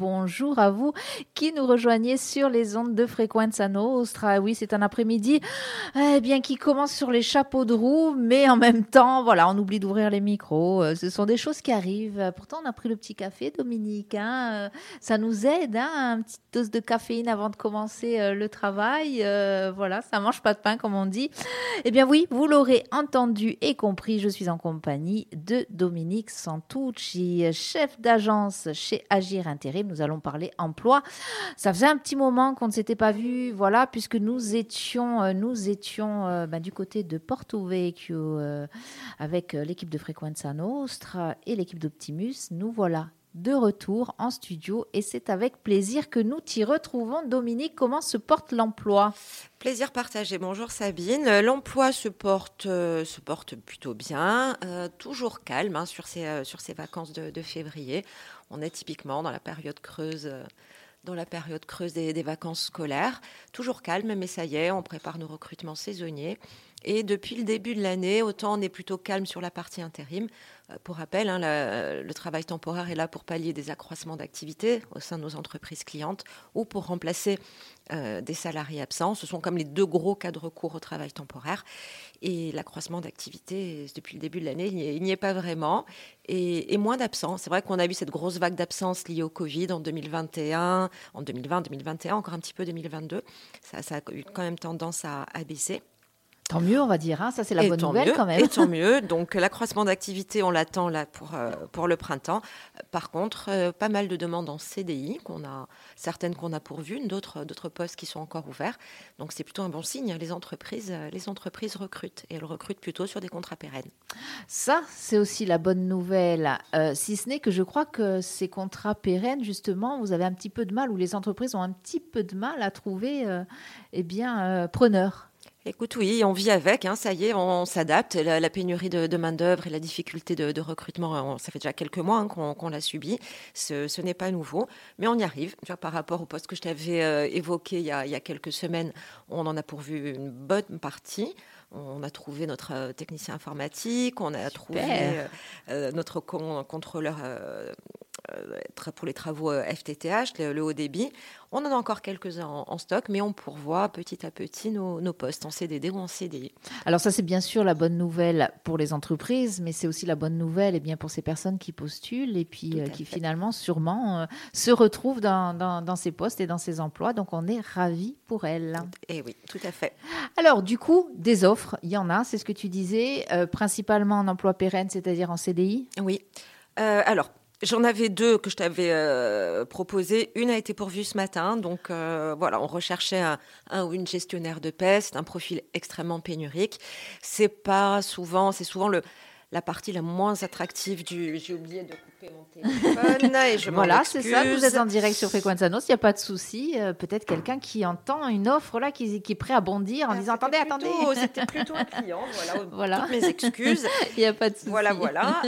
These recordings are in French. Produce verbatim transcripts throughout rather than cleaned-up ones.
bonjour à vous qui nous rejoignez sur les ondes de Frequenza Nostra. Oui, c'est un après-midi eh bien, qui commence sur les chapeaux de roue, mais en même temps, voilà, on oublie d'ouvrir les micros. Ce sont des choses qui arrivent. Pourtant, on a pris le petit café, Dominique. Hein. Ça nous aide, hein, une petite dose de caféine avant de commencer euh, le travail. Euh, voilà, ça mange pas de pain, comme on dit. Eh bien oui, vous l'aurez entendu et compris, je suis en compagnie de Dominique Santucci, chef d'agence chez Agir Intérim. Nous allons parler emploi. Ça faisait un petit moment qu'on ne s'était pas vu, voilà, puisque nous étions, euh, nous étions euh, bah, du côté de Porto Vecchio euh, avec l'équipe de Frequenza Nostra et l'équipe d'Optimus. Nous voilà de retour en studio et c'est avec plaisir que nous t'y retrouvons. Dominique, comment se porte l'emploi ? Plaisir partagé. Bonjour Sabine. L'emploi se porte, euh, se porte plutôt bien, euh, toujours calme hein, sur, ces, euh, sur ces vacances de, de février. On est typiquement dans la période creuse, euh, dans la période creuse des, des vacances scolaires. Toujours calme, mais ça y est, on prépare nos recrutements saisonniers. Et depuis le début de l'année, autant on est plutôt calme sur la partie intérim. Euh, pour rappel, hein, la, le travail temporaire est là pour pallier des accroissements d'activité au sein de nos entreprises clientes ou pour remplacer euh, des salariés absents. Ce sont comme les deux gros cas de recours au travail temporaire. Et l'accroissement d'activité, depuis le début de l'année, il n'y est, il n'y est pas vraiment. Et, et moins d'absents. C'est vrai qu'on a vu cette grosse vague d'absence liée au Covid en deux mille vingt et un, en deux mille vingt, deux mille vingt et un, encore un petit peu deux mille vingt-deux. Ça, ça a eu quand même tendance à, à baisser. Tant mieux, on va dire. Hein. Ça, c'est la et bonne nouvelle mieux, quand même. Et tant mieux. Donc, l'accroissement d'activité, on l'attend là pour, euh, pour le printemps. Par contre, euh, pas mal de demandes en C D I, qu'on a, certaines qu'on a pourvues, d'autres, d'autres postes qui sont encore ouverts. Donc, c'est plutôt un bon signe. Les entreprises, les entreprises recrutent et elles recrutent plutôt sur des contrats pérennes. Ça, c'est aussi la bonne nouvelle. Euh, si ce n'est que je crois que ces contrats pérennes, justement, vous avez un petit peu de mal, ou les entreprises ont un petit peu de mal à trouver euh, eh bien, euh, preneurs. Écoute, oui, on vit avec, hein, ça y est, on, on s'adapte. La, la pénurie de, de main-d'œuvre et la difficulté de, de recrutement, on, ça fait déjà quelques mois hein, qu'on, qu'on l'a subi. Ce, ce n'est pas nouveau, mais on y arrive. Tu vois, par rapport au poste que je t'avais euh, évoqué il y, a, il y a quelques semaines, on en a pourvu une bonne partie. On a trouvé notre euh, technicien informatique, on a Super. trouvé euh, euh, notre con, contrôleur euh, euh, pour les travaux euh, F T T H, le, le haut débit. On en a encore quelques-uns en, en stock, mais on pourvoit petit à petit nos, nos postes en C D D ou en C D I. Alors ça, c'est bien sûr la bonne nouvelle pour les entreprises, mais c'est aussi la bonne nouvelle eh bien, pour ces personnes qui postulent et puis euh, qui fait. finalement, sûrement, euh, se retrouvent dans, dans, dans ces postes et dans ces emplois. Donc, on est ravis pour elles. Et oui, tout à fait. Alors, du coup, des offres, il y en a, c'est ce que tu disais, euh, principalement en emploi pérenne, c'est-à-dire en C D I ? Oui. Euh, alors, j'en avais deux que je t'avais euh, proposées. Une a été pourvue ce matin. Donc, euh, voilà, on recherchait un, un ou une gestionnaire de paie. C'est un profil extrêmement pénurique. C'est pas souvent, c'est souvent le, la partie la moins attractive du... J'ai oublié de couper mon téléphone et je Voilà, m'en c'est excuse. ça, vous êtes en direct sur Frequenza Nostra, il n'y a pas de souci. Euh, peut-être quelqu'un qui entend une offre là, qui, qui est prêt à bondir en Ah, disant « Attendez, plutôt, attendez !» C'était plutôt un client, voilà, Voilà. Toutes mes excuses. Il n'y a pas de souci. Voilà, voilà.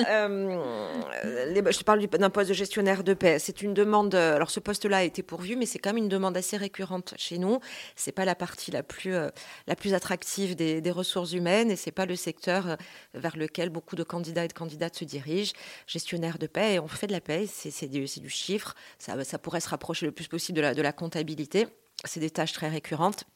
Euh, les, je te parle d'un poste de gestionnaire de paie. C'est une demande, alors ce poste-là a été pourvu, mais c'est quand même une demande assez récurrente chez nous. C'est pas la partie la plus, euh, la plus attractive des, des ressources humaines et c'est pas le secteur euh, vers lequel beaucoup de candidats et de candidates se dirigent. Gestionnaire de paie, on fait de la paie, c'est, c'est, du, c'est du chiffre. Ça, ça pourrait se rapprocher le plus possible de la, de la comptabilité. C'est des tâches très récurrentes.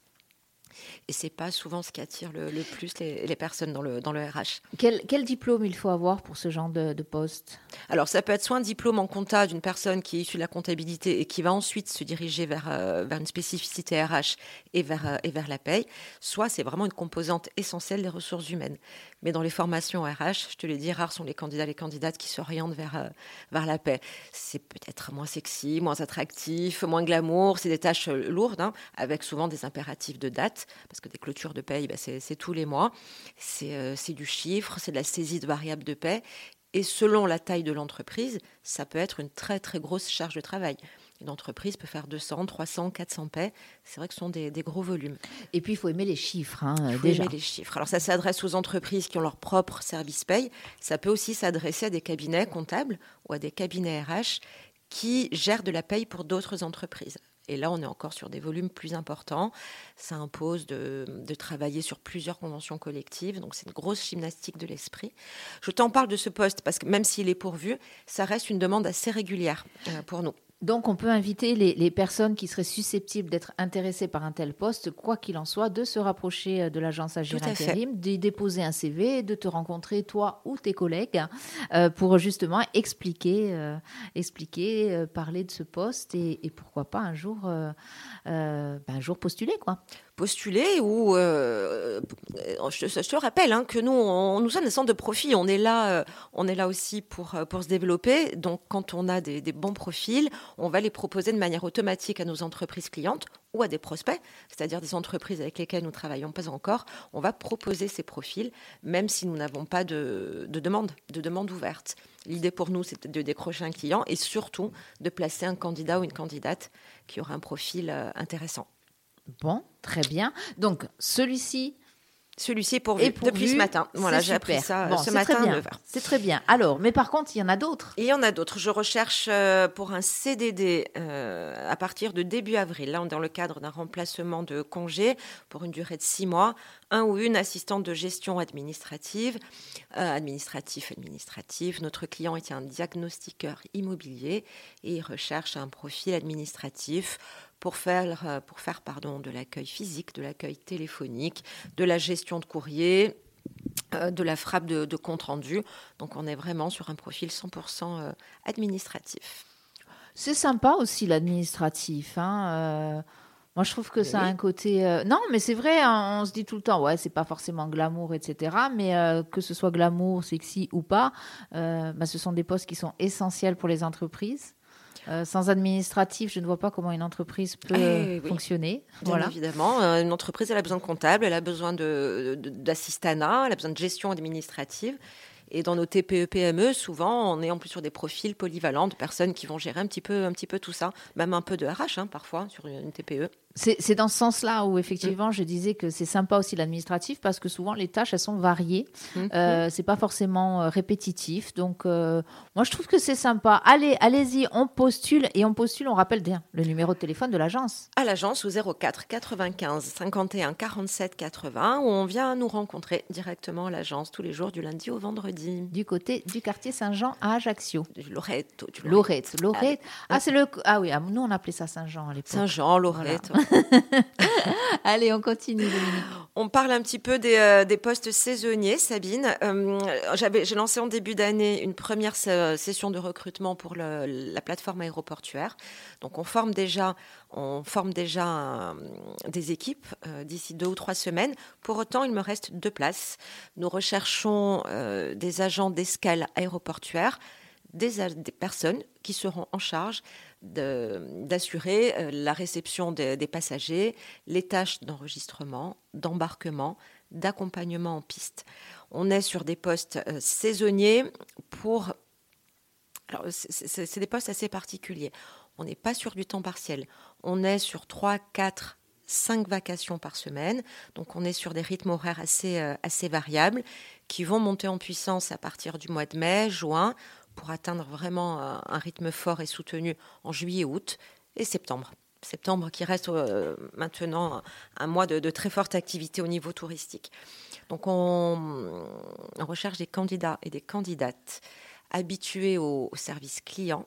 Et ce n'est pas souvent ce qui attire le, le plus les, les personnes dans le, dans le R H. Quel, quel diplôme il faut avoir pour ce genre de, de poste ? Alors, ça peut être soit un diplôme en compta d'une personne qui est issue de la comptabilité et qui va ensuite se diriger vers, euh, vers une spécificité R H et vers, euh, et vers la paye, soit c'est vraiment une composante essentielle des ressources humaines. Mais dans les formations R H, je te l'ai dit, rares sont les candidats et les candidates qui s'orientent vers, euh, vers la paie. C'est peut-être moins sexy, moins attractif, moins glamour. C'est des tâches lourdes, hein, avec souvent des impératifs de date, parce que des clôtures de paie, bah, c'est, c'est tous les mois. C'est, euh, c'est du chiffre, c'est de la saisie de variables de paie. Et selon la taille de l'entreprise, ça peut être une très, très grosse charge de travail. Une entreprise peut faire deux cents, trois cents, quatre cents paies. C'est vrai que ce sont des, des gros volumes. Et puis, il faut aimer les chiffres, hein, il faut déjà. aimer les chiffres. Alors, ça s'adresse aux entreprises qui ont leur propre service paye. Ça peut aussi s'adresser à des cabinets comptables ou à des cabinets R H qui gèrent de la paye pour d'autres entreprises. Et là, on est encore sur des volumes plus importants. Ça impose de, de travailler sur plusieurs conventions collectives. Donc, c'est une grosse gymnastique de l'esprit. Je t'en parle de ce poste parce que même s'il est pourvu, ça reste une demande assez régulière euh, pour nous. Donc, on peut inviter les, les personnes qui seraient susceptibles d'être intéressées par un tel poste, quoi qu'il en soit, de se rapprocher de l'agence Agir Tout à fait. Intérim, d'y déposer un C V, de te rencontrer, toi ou tes collègues, euh, pour justement expliquer, euh, expliquer euh, parler de ce poste et, et pourquoi pas un jour, euh, euh, ben, un jour postuler, quoi. Postuler ou euh, je, je te rappelle hein, que nous on, nous sommes des centres de profit, on est là euh, on est là aussi pour pour se développer. Donc quand on a des, des bons profils, on va les proposer de manière automatique à nos entreprises clientes ou à des prospects, c'est-à-dire des entreprises avec lesquelles nous travaillons pas encore. On va proposer ces profils même si nous n'avons pas de, de demande de demande ouverte. L'idée pour nous, c'est de décrocher un client et surtout de placer un candidat ou une candidate qui aura un profil euh, intéressant. Bon, très bien. Donc, celui-ci Celui-ci est pourvu, est pourvu depuis ce matin. Voilà, j'ai super. appris ça bon, ce matin à neuf heures. C'est très bien. Alors, mais par contre, il y en a d'autres. Il y en a d'autres. Je recherche euh, pour un C D D euh, à partir de début avril. Là, on est dans le cadre d'un remplacement de congé pour une durée de six mois. Un ou une assistante de gestion administrative. Euh, administratif, administratif. Notre client est un diagnostiqueur immobilier et il recherche un profil administratif pour faire, pour faire pardon, de l'accueil physique, de l'accueil téléphonique, de la gestion de courrier, euh, de la frappe de, de compte rendu. Donc on est vraiment sur un profil cent pour cent euh, administratif. C'est sympa aussi l'administratif. Hein, euh... Moi, je trouve que Mais ça a oui. un côté... euh, Non, mais c'est vrai, hein, on se dit tout le temps, ouais, c'est pas forcément glamour, et cetera. Mais euh, que ce soit glamour, sexy ou pas, euh, bah, ce sont des postes qui sont essentiels pour les entreprises. Euh, sans administratif, je ne vois pas comment une entreprise peut Eh oui. fonctionner. Bien Voilà. évidemment, euh, une entreprise, elle a besoin de comptable, elle a besoin de, de, d'assistanat, elle a besoin de gestion administrative. Et dans nos T P E P M E, souvent, on est en plus sur des profils polyvalents de personnes qui vont gérer un petit peu, un petit peu tout ça, même un peu de R H hein, parfois sur une T P E. C'est, c'est dans ce sens-là où effectivement je disais que c'est sympa aussi l'administratif parce que souvent les tâches elles sont variées, Mm-hmm. euh, c'est pas forcément euh, répétitif. Donc euh, moi je trouve que c'est sympa. Allez, allez-y, on postule et on postule. On rappelle bien le numéro de téléphone de l'agence. À l'agence au zéro quatre quatre-vingt-quinze cinquante et un quarante-sept quatre-vingts où on vient nous rencontrer directement à l'agence tous les jours du lundi au vendredi. Du côté du quartier Saint-Jean à Ajaccio. Du Loreto, du Lorette, Lorette. Ah, Ah c'est le ah oui, ah, nous on appelait ça Saint-Jean à l'époque. Saint-Jean, Loreto. Voilà. Allez, on continue, Dominique. On parle un petit peu des, euh, des postes saisonniers, Sabine. Euh, j'avais, j'ai lancé en début d'année une première session de recrutement pour le, la plateforme aéroportuaire. Donc, on forme déjà, on forme déjà euh, des équipes euh, d'ici deux ou trois semaines. Pour autant, il me reste deux places. Nous recherchons euh, des agents d'escale aéroportuaire, des, des personnes qui seront en charge de, d'assurer euh, la réception de, des passagers, les tâches d'enregistrement, d'embarquement, d'accompagnement en piste. On est sur des postes euh, saisonniers pour... Alors, c'est, c'est, c'est des postes assez particuliers. On n'est pas sur du temps partiel. On est sur trois, quatre, cinq vacations par semaine. Donc, on est sur des rythmes horaires assez, euh, assez variables qui vont monter en puissance à partir du mois de mai, juin, pour atteindre vraiment un rythme fort et soutenu en juillet, août et septembre. Septembre qui reste euh, maintenant un mois de, de très forte activité au niveau touristique. Donc on, on recherche des candidats et des candidates habitués au, au service client.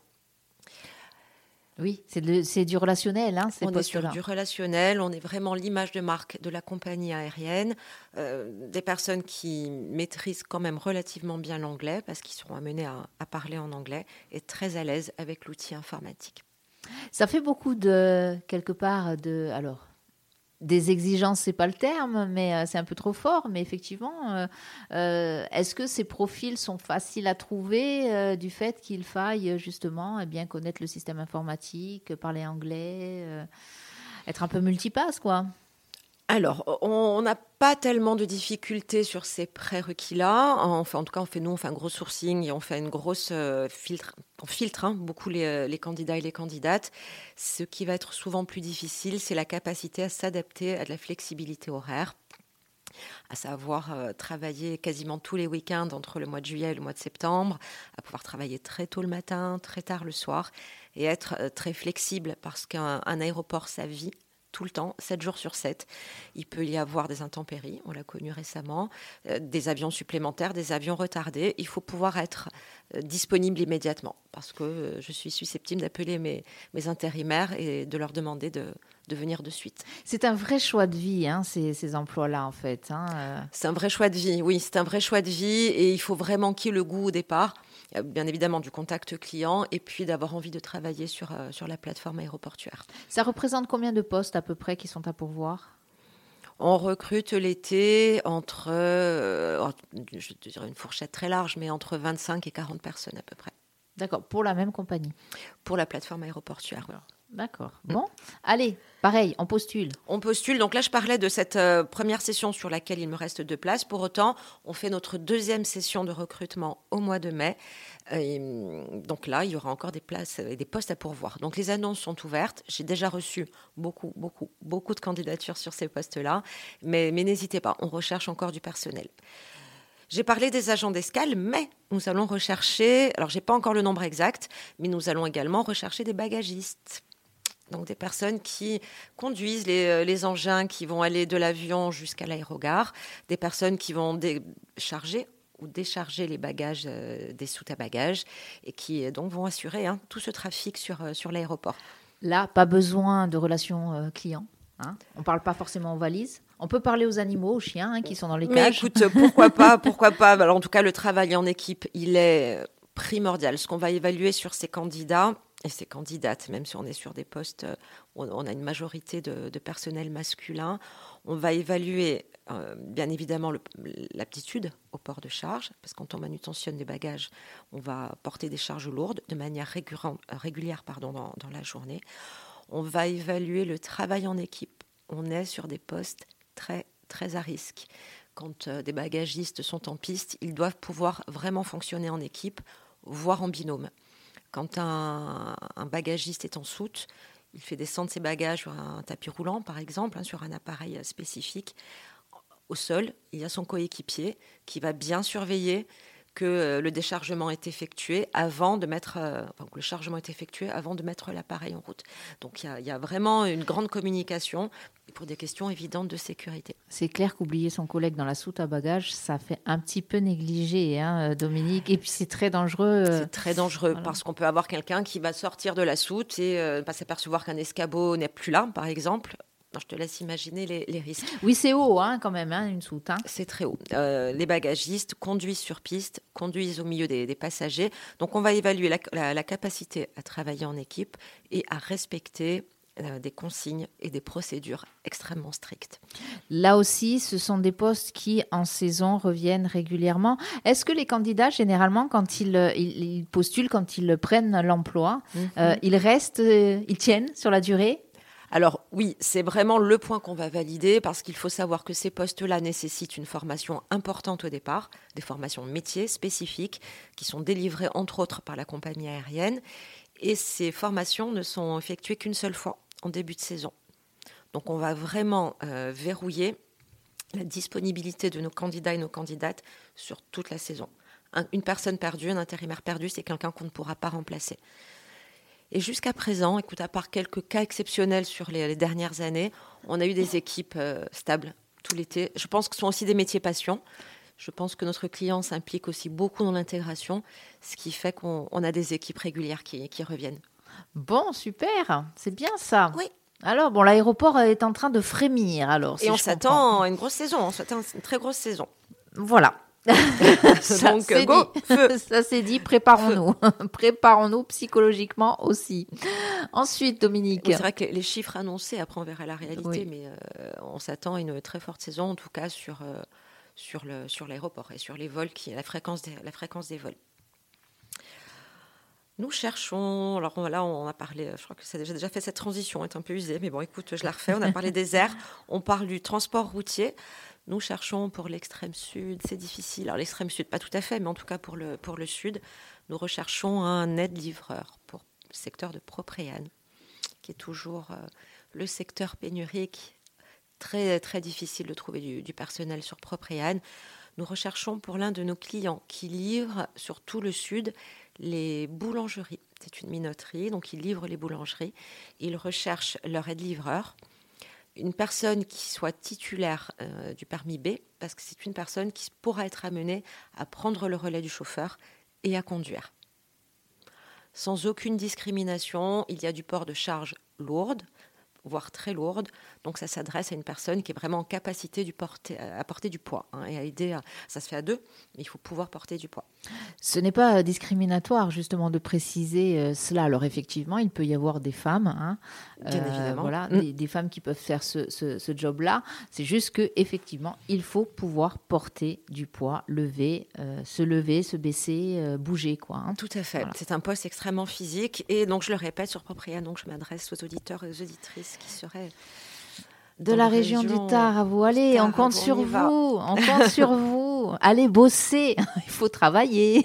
Oui, c'est, de, c'est du relationnel. Hein, ces on est sur postes-là. du relationnel, on est vraiment l'image de marque de la compagnie aérienne, euh, des personnes qui maîtrisent quand même relativement bien l'anglais parce qu'ils seront amenés à, à parler en anglais et très à l'aise avec l'outil informatique. Ça fait beaucoup de, quelque part, de... Alors, des exigences, c'est pas le terme, mais euh, c'est un peu trop fort. Mais effectivement, euh, euh, est-ce que ces profils sont faciles à trouver euh, du fait qu'il faille justement eh bien connaître le système informatique, parler anglais, euh, être un peu multipasse, quoi? Alors, on n'a pas tellement de difficultés sur ces prérequis-là. Enfin, en tout cas, on fait nous, on fait un gros sourcing et on fait une grosse euh, filtre. On filtre hein, beaucoup les, les candidats et les candidates. Ce qui va être souvent plus difficile, c'est la capacité à s'adapter à de la flexibilité horaire, à savoir euh, travailler quasiment tous les week-ends entre le mois de juillet et le mois de septembre, à pouvoir travailler très tôt le matin, très tard le soir et être euh, très flexible parce qu'un un aéroport, ça vit tout le temps, sept jours sur sept. Il peut y avoir des intempéries, on l'a connu récemment, euh, des avions supplémentaires, des avions retardés. Il faut pouvoir être euh, disponible immédiatement parce que euh, je suis susceptible d'appeler mes, mes intérimaires et de leur demander de, de venir de suite. C'est un vrai choix de vie, hein, ces, ces emplois-là, en fait. Hein, euh. C'est un vrai choix de vie, oui, c'est un vrai choix de vie et il faut vraiment qu'il y ait le goût au départ. Bien évidemment du contact client et puis d'avoir envie de travailler sur, euh, sur la plateforme aéroportuaire. Ça représente combien de postes à peu près qui sont à pourvoir ? On recrute l'été entre, euh, je dirais une fourchette très large, mais entre vingt-cinq et quarante personnes à peu près. D'accord, pour la même compagnie ? Pour la plateforme aéroportuaire. D'accord. D'accord. Bon, allez, pareil, on postule. On postule. Donc là, je parlais de cette euh, première session sur laquelle il me reste deux places. Pour autant, on fait notre deuxième session de recrutement au mois de mai. Et, donc là, il y aura encore des places et des postes à pourvoir. Donc les annonces sont ouvertes. J'ai déjà reçu beaucoup, beaucoup, beaucoup de candidatures sur ces postes-là. Mais, mais n'hésitez pas, on recherche encore du personnel. J'ai parlé des agents d'escale, mais nous allons rechercher, alors je n'ai pas encore le nombre exact, mais nous allons également rechercher des bagagistes. Donc des personnes qui conduisent les, les engins qui vont aller de l'avion jusqu'à l'aérogare, des personnes qui vont décharger ou décharger les bagages euh, des soutes à bagages et qui donc vont assurer hein, tout ce trafic sur, euh, sur l'aéroport. Là, pas besoin de relations euh, clients. Hein. On ne parle pas forcément aux valises. On peut parler aux animaux, aux chiens hein, qui sont dans les Mais cages. Mais écoute, pourquoi pas, pourquoi pas. Alors, en tout cas, le travail en équipe, il est primordial. Ce qu'on va évaluer sur ces candidats et ces candidates, même si on est sur des postes, on, on a une majorité de, de personnel masculin, on va évaluer euh, bien évidemment le, l'aptitude au port de charge, parce que quand on manutentionne des bagages, on va porter des charges lourdes de manière régulière, régulière pardon, dans, dans la journée. On va évaluer le travail en équipe. On est sur des postes très, très à risque. Quand euh, des bagagistes sont en piste, ils doivent pouvoir vraiment fonctionner en équipe, voire en binôme. Quand un, un bagagiste est en soute, il fait descendre ses bagages sur un tapis roulant, par exemple, hein, sur un appareil spécifique. Au sol, il y a son coéquipier qui va bien surveiller que euh, le déchargement est effectué avant de mettre, euh, enfin, que le chargement est effectué avant de mettre l'appareil en route. Donc il y a, il y a vraiment une grande communication pour des questions évidentes de sécurité. C'est clair qu'oublier son collègue dans la soute à bagages, ça fait un petit peu négliger, hein, Dominique. Et puis c'est très dangereux. C'est très dangereux voilà. Parce qu'on peut avoir quelqu'un qui va sortir de la soute et euh, pas s'apercevoir qu'un escabeau n'est plus là, par exemple. Non, je te laisse imaginer les, les risques. Oui, c'est haut hein, quand même, hein, une soute. Hein. C'est très haut. Euh, les bagagistes conduisent sur piste, conduisent au milieu des, des passagers. Donc, on va évaluer la, la, la capacité à travailler en équipe et à respecter euh, des consignes et des procédures extrêmement strictes. Là aussi, ce sont des postes qui, en saison, reviennent régulièrement. Est-ce que les candidats, généralement, quand ils, ils, ils postulent, quand ils prennent l'emploi, mm-hmm. euh, ils restent, euh, ils tiennent sur la durée ? Alors oui, c'est vraiment le point qu'on va valider parce qu'il faut savoir que ces postes-là nécessitent une formation importante au départ, des formations métiers spécifiques qui sont délivrées entre autres par la compagnie aérienne et ces formations ne sont effectuées qu'une seule fois en début de saison. Donc on va vraiment euh, verrouiller la disponibilité de nos candidats et nos candidates sur toute la saison. Un, une personne perdue, un intérimaire perdu, c'est quelqu'un qu'on ne pourra pas remplacer. Et jusqu'à présent, écoute, à part quelques cas exceptionnels sur les, les dernières années, on a eu des équipes euh, stables tout l'été. Je pense que ce sont aussi des métiers passion. Je pense que notre client s'implique aussi beaucoup dans l'intégration, ce qui fait qu'on on a des équipes régulières qui, qui reviennent. Bon, super, c'est bien ça. Oui. Alors, bon, l'aéroport est en train de frémir, alors. Si Et on s'attend comprends. à une grosse saison, on s'attend à une très grosse saison. Voilà. ça, Donc, c'est go, feu. Ça c'est dit, préparons-nous. préparons-nous psychologiquement aussi. Ensuite, Dominique. Oui, c'est vrai que les chiffres annoncés, après on verra la réalité, oui. mais euh, on s'attend à une très forte saison, en tout cas sur, euh, sur, le, sur l'aéroport et sur les vols, qui, la, fréquence des, la fréquence des vols. Nous cherchons, alors là on a parlé, je crois que j'ai déjà fait cette transition, est un peu usée, mais bon écoute, je la refais, on a parlé des airs, on parle du transport routier. Nous cherchons pour l'extrême sud, c'est difficile. Alors l'extrême sud, pas tout à fait, mais en tout cas pour le, pour le sud, nous recherchons un aide-livreur pour le secteur de Propréane, qui est toujours euh, le secteur pénurique, très, très difficile de trouver du, du personnel sur Propréane. Nous recherchons pour l'un de nos clients qui livre sur tout le sud les boulangeries. C'est une minoterie, donc ils livrent les boulangeries. Ils recherchent leur aide-livreur. une personne qui soit titulaire euh, du permis B, parce que c'est une personne qui pourra être amenée à prendre le relais du chauffeur et à conduire. Sans aucune discrimination, il y a du port de charges lourdes, voire très lourdes. Donc ça s'adresse à une personne qui est vraiment en capacité de porter, à porter du poids hein, et à aider. À, ça se fait à deux, mais il faut pouvoir porter du poids. Ce n'est pas discriminatoire justement de préciser euh, cela. Alors effectivement, il peut y avoir des femmes, hein, Bien euh, évidemment, voilà, mmh. des, des femmes qui peuvent faire ce, ce, ce job-là. C'est juste que effectivement, il faut pouvoir porter du poids, lever, euh, se lever, se baisser, euh, bouger, quoi. Hein. Tout à fait. Voilà. C'est un poste extrêmement physique et donc je le répète sur Propria, donc je m'adresse aux auditeurs et aux auditrices qui seraient de la région, région du Tard, vous allez, on compte sur vous, on compte sur vous. Allez bosser, il faut travailler.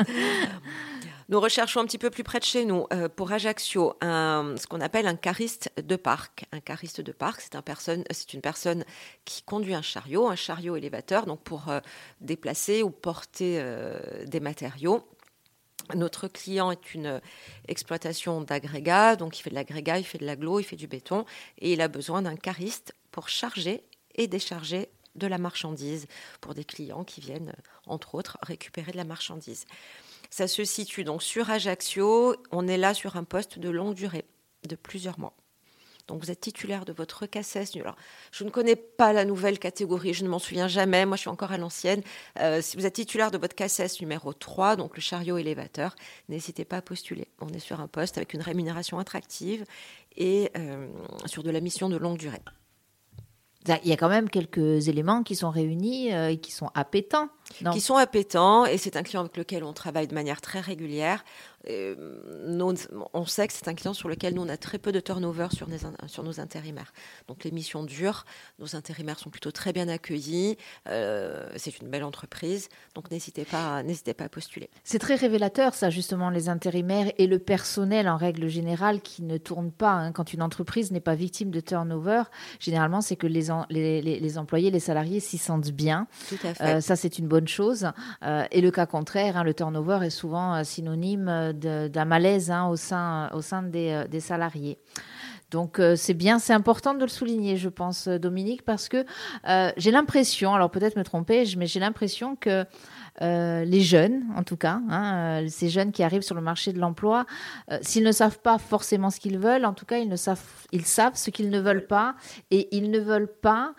Nous recherchons un petit peu plus près de chez nous, euh, pour Ajaccio, un, ce qu'on appelle un cariste de parc. Un cariste de parc, c'est, un personne, c'est une personne qui conduit un chariot, un chariot élévateur, donc pour euh, déplacer ou porter euh, des matériaux. Notre client est une exploitation d'agrégats, donc il fait de l'agrégat, il fait de l'agglo, il fait du béton, et il a besoin d'un cariste pour charger et décharger de la marchandise pour des clients qui viennent, entre autres, récupérer de la marchandise. Ça se situe donc sur Ajaccio, on est là sur un poste de longue durée, de plusieurs mois. Donc vous êtes titulaire de votre C A C E S. Alors, je ne connais pas la nouvelle catégorie, je ne m'en souviens jamais, moi je suis encore à l'ancienne. Euh, si vous êtes titulaire de votre C A C E S numéro trois, donc le chariot élévateur, n'hésitez pas à postuler. On est sur un poste avec une rémunération attractive et euh, sur de la mission de longue durée. Il y a quand même quelques éléments qui sont réunis euh, et qui sont appétants. Non. Qui sont appétants, et c'est un client avec lequel on travaille de manière très régulière. Euh, nous, on sait que c'est un client sur lequel nous, on a très peu de turnover sur, les, sur nos intérimaires. Donc les missions durent, nos intérimaires sont plutôt très bien accueillis, euh, c'est une belle entreprise, donc n'hésitez pas, n'hésitez pas à postuler. C'est très révélateur ça, justement, les intérimaires et le personnel en règle générale qui ne tourne pas. Hein. Quand une entreprise n'est pas victime de turnover, généralement c'est que les, en, les, les, les employés, les salariés s'y sentent bien. Tout à fait. Euh, ça c'est une bonne chose. Euh, et le cas contraire, hein, le turnover est souvent euh, synonyme de, d'un malaise hein, au sein, au sein des, euh, des salariés. Donc euh, c'est bien, c'est important de le souligner, je pense, Dominique, parce que euh, j'ai l'impression, alors peut-être me tromper, mais j'ai l'impression que euh, les jeunes, en tout cas, hein, euh, ces jeunes qui arrivent sur le marché de l'emploi, euh, s'ils ne savent pas forcément ce qu'ils veulent, en tout cas, ils, ne savent, ils savent ce qu'ils ne veulent pas, et ils ne veulent pas,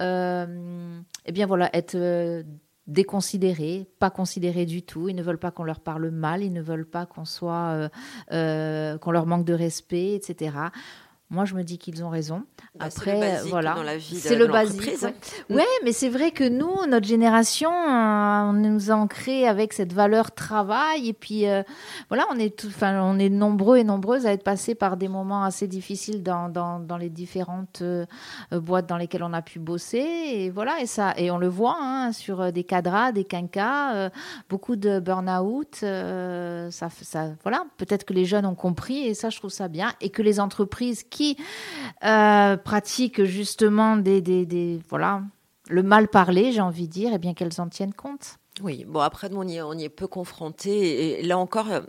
euh, eh bien voilà, être euh, déconsidérés, pas considérés du tout. Ils ne veulent pas qu'on leur parle mal, ils ne veulent pas qu'on soit, euh, euh, qu'on leur manque de respect, et cetera. Moi, je me dis qu'ils ont raison. Bah, Après, c'est le basique voilà, dans la vie de, c'est le de basique. Ouais. Mmh. Ouais, mais c'est vrai que nous, notre génération, euh, on nous a ancré avec cette valeur travail. Et puis, euh, voilà, on est, tout, on est nombreux et nombreuses à être passés par des moments assez difficiles dans, dans, dans les différentes euh, boîtes dans lesquelles on a pu bosser. Et voilà, et ça, et on le voit hein, sur des cadras, des quinquas, euh, beaucoup de burn-out. Euh, ça, ça, voilà, peut-être que les jeunes ont compris, et ça, je trouve ça bien, et que les entreprises qui euh, pratiquent justement des, des, des, voilà, le mal parler, j'ai envie de dire, et bien qu'elles en tiennent compte. Oui, bon après, on y est, on y est peu confrontés. Et là encore, euh,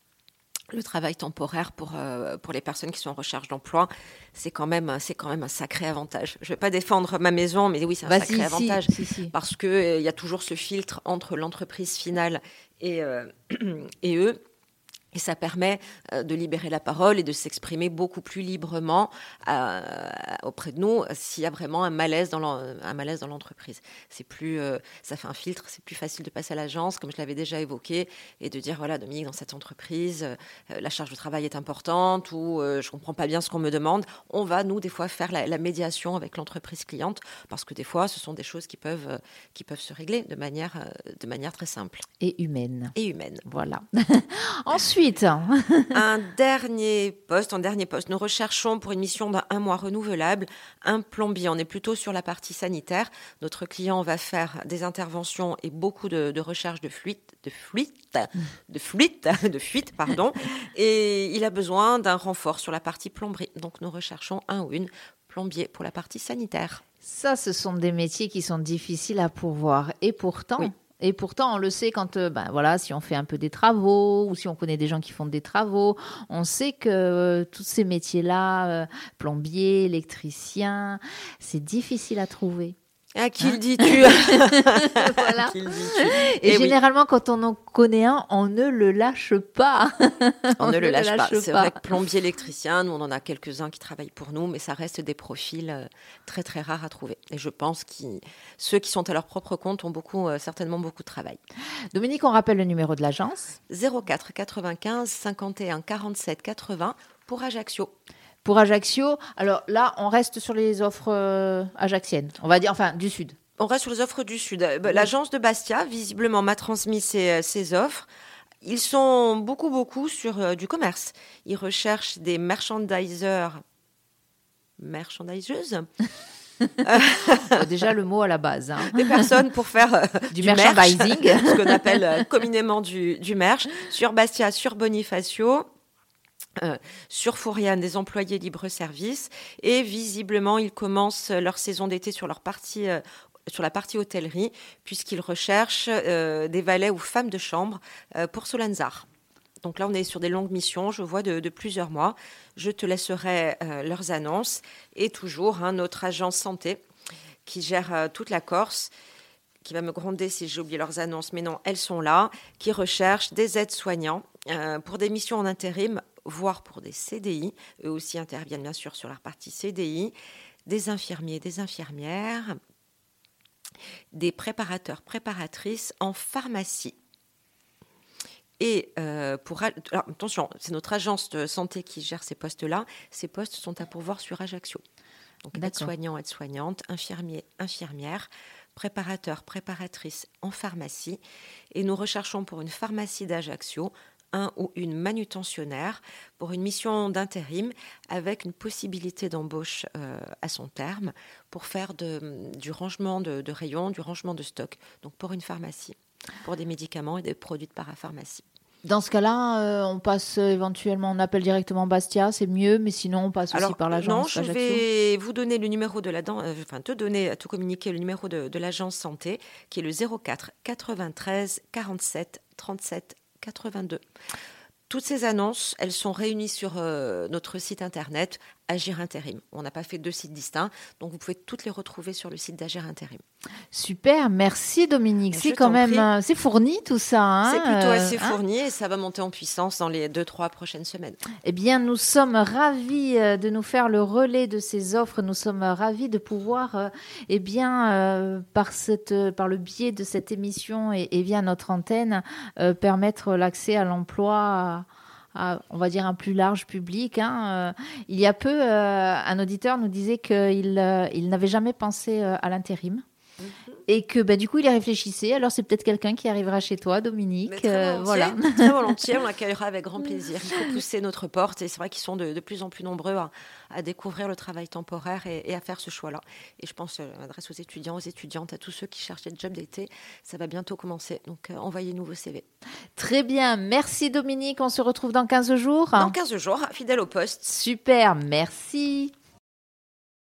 le travail temporaire pour, euh, pour les personnes qui sont en recherche d'emploi, c'est quand même, c'est quand même un sacré avantage. Je ne vais pas défendre ma maison, mais oui, c'est un bah, sacré si, avantage. Si, si, si. Parce qu'il euh, y a toujours ce filtre entre l'entreprise finale et, euh, et eux. Et ça permet euh, de libérer la parole et de s'exprimer beaucoup plus librement euh, auprès de nous s'il y a vraiment un malaise dans, un malaise dans l'entreprise. C'est plus, euh, ça fait un filtre, c'est plus facile de passer à l'agence, comme je l'avais déjà évoqué, et de dire, voilà, Dominique, dans cette entreprise, euh, la charge de travail est importante ou euh, je ne comprends pas bien ce qu'on me demande. On va, nous, des fois, faire la, la médiation avec l'entreprise cliente, parce que des fois, ce sont des choses qui peuvent, euh, qui peuvent se régler de manière, euh, de manière très simple. Et humaine. Et humaine. Voilà. Ensuite, un dernier poste, un dernier poste. Nous recherchons pour une mission d'un mois renouvelable un plombier. On est plutôt sur la partie sanitaire. Notre client va faire des interventions et beaucoup de, de recherche de fuite, de fuite, de fuite, de fuite, pardon. Et il a besoin d'un renfort sur la partie plomberie. Donc nous recherchons un ou une plombier pour la partie sanitaire. Ça, ce sont des métiers qui sont difficiles à pourvoir. Et pourtant, oui. Et pourtant, on le sait quand, euh, ben voilà, si on fait un peu des travaux ou si on connaît des gens qui font des travaux, on sait que euh, tous ces métiers-là, euh, plombier, électricien, c'est difficile à trouver. À qui Hein le dis-tu? Voilà. À qui le dis-tu? Et, Eh oui. généralement, quand on en connaît un, on ne le lâche pas. On ne le lâche pas. C'est vrai que plombier, électricien, nous, on en a quelques-uns qui travaillent pour nous, mais ça reste des profils euh, très, très rares à trouver. Et je pense que ceux qui sont à leur propre compte ont beaucoup, euh, certainement beaucoup de travail. Dominique, on rappelle le numéro de l'agence. zéro quatre quatre-vingt-quinze cinquante et un quarante-sept quatre-vingts pour Ajaccio. Pour Ajaccio, alors là, on reste sur les offres euh, ajaxiennes, on va dire, enfin, du Sud. On reste sur les offres du Sud. L'agence de Bastia, visiblement, m'a transmis ses, ses offres. Ils sont beaucoup, beaucoup sur euh, du commerce. Ils recherchent des merchandisers, merchandiseuses, Euh, Déjà, le mot à la base. Hein. des personnes pour faire euh, Du du, merchandising. merch, ce qu'on appelle euh, communément du, du merch, sur Bastia, sur Bonifacio. Euh, sur Fouriane, des employés libre-service. Et visiblement, ils commencent leur saison d'été sur leur partie, euh, sur la partie hôtellerie, puisqu'ils recherchent euh, des valets ou femmes de chambre euh, pour Solanzar. Donc là, on est sur des longues missions, je vois, de, de plusieurs mois. Je te laisserai euh, leurs annonces. Et toujours, hein, notre agence santé qui gère euh, toute la Corse, qui va me gronder si j'ai oublié leurs annonces, mais non, elles sont là, qui recherchent des aides-soignants euh, pour des missions en intérim, voire pour des C D I. Eux aussi interviennent bien sûr sur la partie C D I, des infirmiers, des infirmières, des préparateurs, préparatrices en pharmacie. Et euh, pour... Alors, attention, c'est notre agence de santé qui gère ces postes-là. Ces postes sont à pourvoir sur Ajaccio. Donc aide-soignant, aide-soignante, infirmier, infirmière, préparateur, préparatrice en pharmacie. Et nous recherchons pour une pharmacie d'Ajaccio un ou une manutentionnaire pour une mission d'intérim avec une possibilité d'embauche euh, à son terme pour faire de, du rangement de, de rayons, du rangement de stock. Donc pour une pharmacie, pour des médicaments et des produits de parapharmacie. Dans ce cas-là, euh, on passe euh, éventuellement, on appelle directement Bastia, c'est mieux, mais sinon on passe Alors, aussi par l'agence. Non, je Ajaccio. vais vous donner le numéro de la, euh, enfin te donner, te communiquer le numéro de, de l'agence santé, qui est le zéro quatre quatre-vingt-treize quarante-sept trente-sept quatre-vingt-deux. Toutes ces annonces, elles sont réunies sur euh, notre site internet Agir Intérim. On n'a pas fait deux sites distincts, donc vous pouvez toutes les retrouver sur le site d'Agir Intérim. Super, merci Dominique. Je C'est quand même, prie. euh, c'est fourni tout ça. Hein, C'est plutôt euh, assez hein fourni et ça va monter en puissance dans les deux, trois prochaines semaines. Eh bien, nous sommes ravis euh, de nous faire le relais de ces offres. Nous sommes euh, ravis de pouvoir, euh, eh bien, euh, par, cette, euh, par le biais de cette émission et, et via notre antenne, euh, permettre l'accès à l'emploi à, à, on va dire, un plus large public. Hein. Euh, il y a peu, euh, un auditeur nous disait qu'il euh, il n'avait jamais pensé euh, à l'intérim. Mm-hmm. Et que bah, du coup, il y réfléchissait. Alors, c'est peut-être quelqu'un qui arrivera chez toi, Dominique. Mais très euh, voilà. Très volontiers, on l'accueillera avec grand plaisir. Il faut pousser notre porte et c'est vrai qu'ils sont de, de plus en plus nombreux à, à découvrir le travail temporaire et, et à faire ce choix-là. Et je pense, euh, adresse aux étudiants, aux étudiantes, à tous ceux qui cherchent des jobs d'été. Ça va bientôt commencer. Donc, euh, envoyez-nous vos C V. Très bien. Merci, Dominique. On se retrouve dans quinze jours. Dans quinze jours, fidèle au poste. Super. Merci.